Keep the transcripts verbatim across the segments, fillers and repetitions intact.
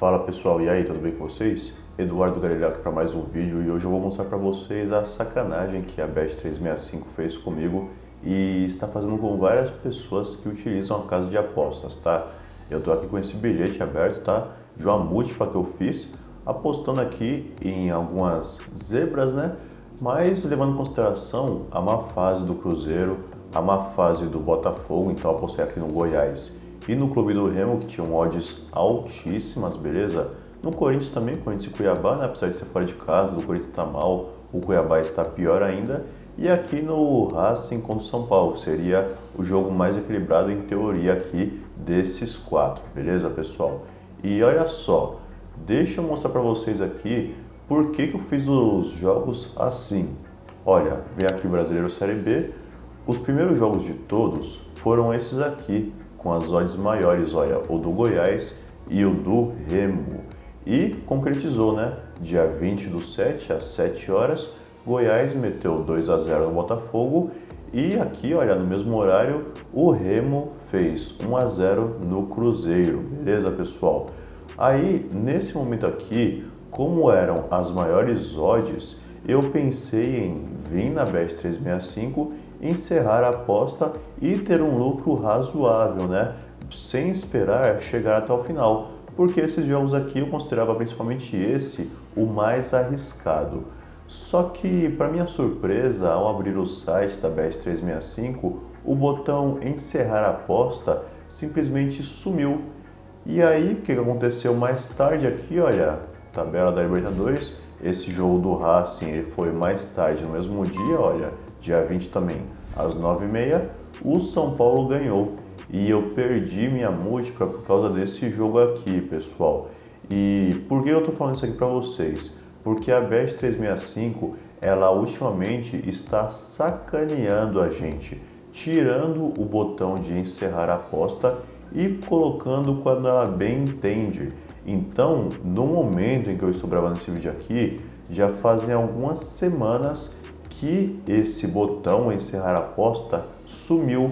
Fala pessoal, e aí, tudo bem com vocês? Eduardo Galileu aqui para mais um vídeo e hoje eu vou mostrar para vocês a sacanagem que a Bet trezentos e sessenta e cinco fez comigo e está fazendo com várias pessoas que utilizam a casa de apostas, tá? Eu tô aqui com esse bilhete aberto, tá? De uma múltipla que eu fiz, apostando aqui em algumas zebras, né? Mas levando em consideração a má fase do Cruzeiro, a má fase do Botafogo, então eu apostei aqui no Goiás e no Clube do Remo, que tinham odds altíssimas, beleza? No Corinthians também, Corinthians e Cuiabá, né? Apesar de ser fora de casa, o Corinthians está mal, o Cuiabá está pior ainda. E aqui no Racing contra o São Paulo, seria o jogo mais equilibrado em teoria aqui desses quatro, beleza, pessoal? E olha só, deixa eu mostrar para vocês aqui por que que eu fiz os jogos assim. Olha, vem aqui o Brasileiro Série B, os primeiros jogos de todos foram esses aqui, com as odds maiores, olha, o do Goiás e o do Remo. E concretizou, né? Dia vinte do sete, às sete horas, Goiás meteu dois a zero no Botafogo e aqui, olha, no mesmo horário, o Remo fez um a zero no Cruzeiro, beleza, pessoal? Aí, nesse momento aqui, como eram as maiores odds, eu pensei em vir na Bet trezentos e sessenta e cinco, encerrar a aposta e ter um lucro razoável, né? Sem esperar chegar até o final, porque esses jogos aqui eu considerava principalmente esse o mais arriscado. Só que, para minha surpresa, ao abrir o site da Bet trezentos e sessenta e cinco, o botão encerrar a aposta simplesmente sumiu. E aí, o que aconteceu mais tarde aqui, olha, tabela da Libertadores, esse jogo do Racing ele foi mais tarde, no mesmo dia, olha, dia vinte também, às nove e meia, o São Paulo ganhou. E eu perdi minha múltipla por causa desse jogo aqui, pessoal. E por que eu estou falando isso aqui para vocês? Porque a Bet trezentos e sessenta e cinco, ela ultimamente está sacaneando a gente, tirando o botão de encerrar a aposta e colocando quando ela bem entende. Então, no momento em que eu estou gravando esse vídeo aqui, já fazem algumas semanas que esse botão encerrar a aposta sumiu.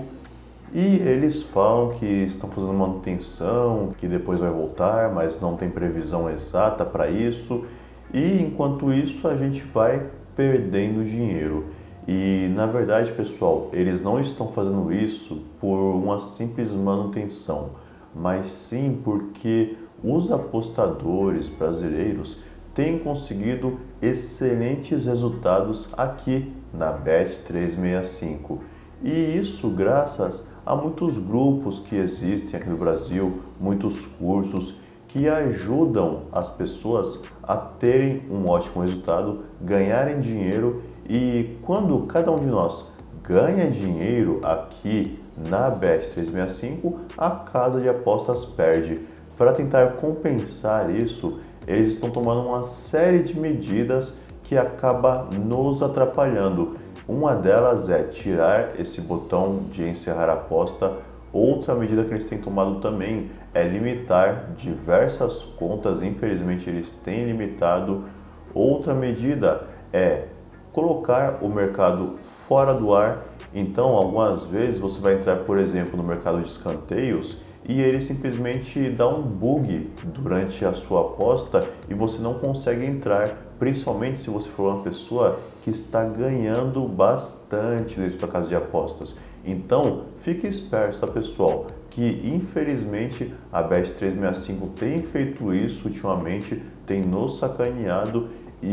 E eles falam que estão fazendo manutenção, que depois vai voltar, mas não tem previsão exata para isso. E enquanto isso, a gente vai perdendo dinheiro. E na verdade, pessoal, eles não estão fazendo isso por uma simples manutenção, mas sim porque os apostadores brasileiros têm conseguido excelentes resultados aqui na Bet trezentos e sessenta e cinco. E isso graças a muitos grupos que existem aqui no Brasil, muitos cursos que ajudam as pessoas a terem um ótimo resultado, ganharem dinheiro. E quando cada um de nós ganha dinheiro aqui na Bet trezentos e sessenta e cinco, a casa de apostas perde. Para tentar compensar isso, eles estão tomando uma série de medidas que acaba nos atrapalhando. Uma delas é tirar esse botão de encerrar a aposta. Outra medida que eles têm tomado também é limitar diversas contas, infelizmente eles têm limitado. Outra medida é colocar o mercado fora do ar. Então, algumas vezes você vai entrar, por exemplo, no mercado de escanteios e ele simplesmente dá um bug durante a sua aposta e você não consegue entrar, principalmente se você for uma pessoa que está ganhando bastante dentro da casa de apostas. Então, fique esperto, tá, pessoal, que infelizmente a Bet trezentos e sessenta e cinco tem feito isso ultimamente, tem nos sacaneado.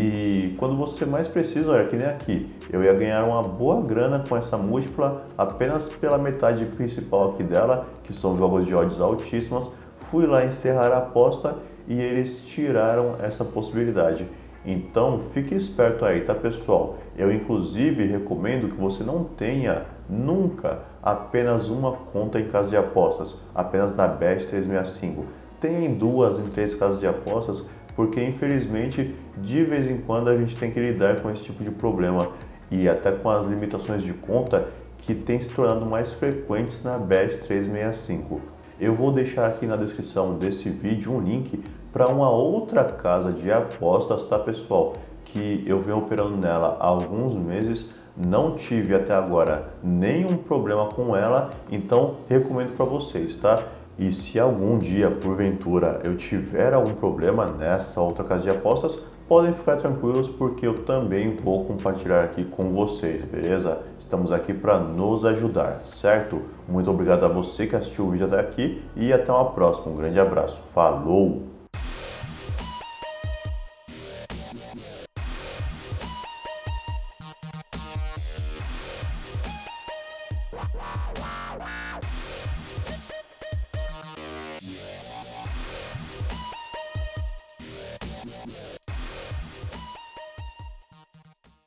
E quando você mais precisa, olha, que nem aqui, eu ia ganhar uma boa grana com essa múltipla apenas pela metade principal aqui dela, que são jogos de odds altíssimas. Fui lá encerrar a aposta e eles tiraram essa possibilidade. Então, fique esperto aí, tá, pessoal? Eu, inclusive, recomendo que você não tenha nunca apenas uma conta em casa de apostas, apenas na Bet trezentos e sessenta e cinco. Tenha em duas, em três casas de apostas, porque infelizmente de vez em quando a gente tem que lidar com esse tipo de problema e até com as limitações de conta que tem se tornado mais frequentes na Bet trezentos e sessenta e cinco. Eu vou deixar aqui na descrição desse vídeo um link para uma outra casa de apostas, tá, pessoal? Que eu venho operando nela há alguns meses, não tive até agora nenhum problema com ela, então recomendo para vocês, tá? E se algum dia, porventura, eu tiver algum problema nessa outra casa de apostas, podem ficar tranquilos porque eu também vou compartilhar aqui com vocês, beleza? Estamos aqui para nos ajudar, certo? Muito obrigado a você que assistiu o vídeo até aqui e até uma próxima. Um grande abraço. Falou!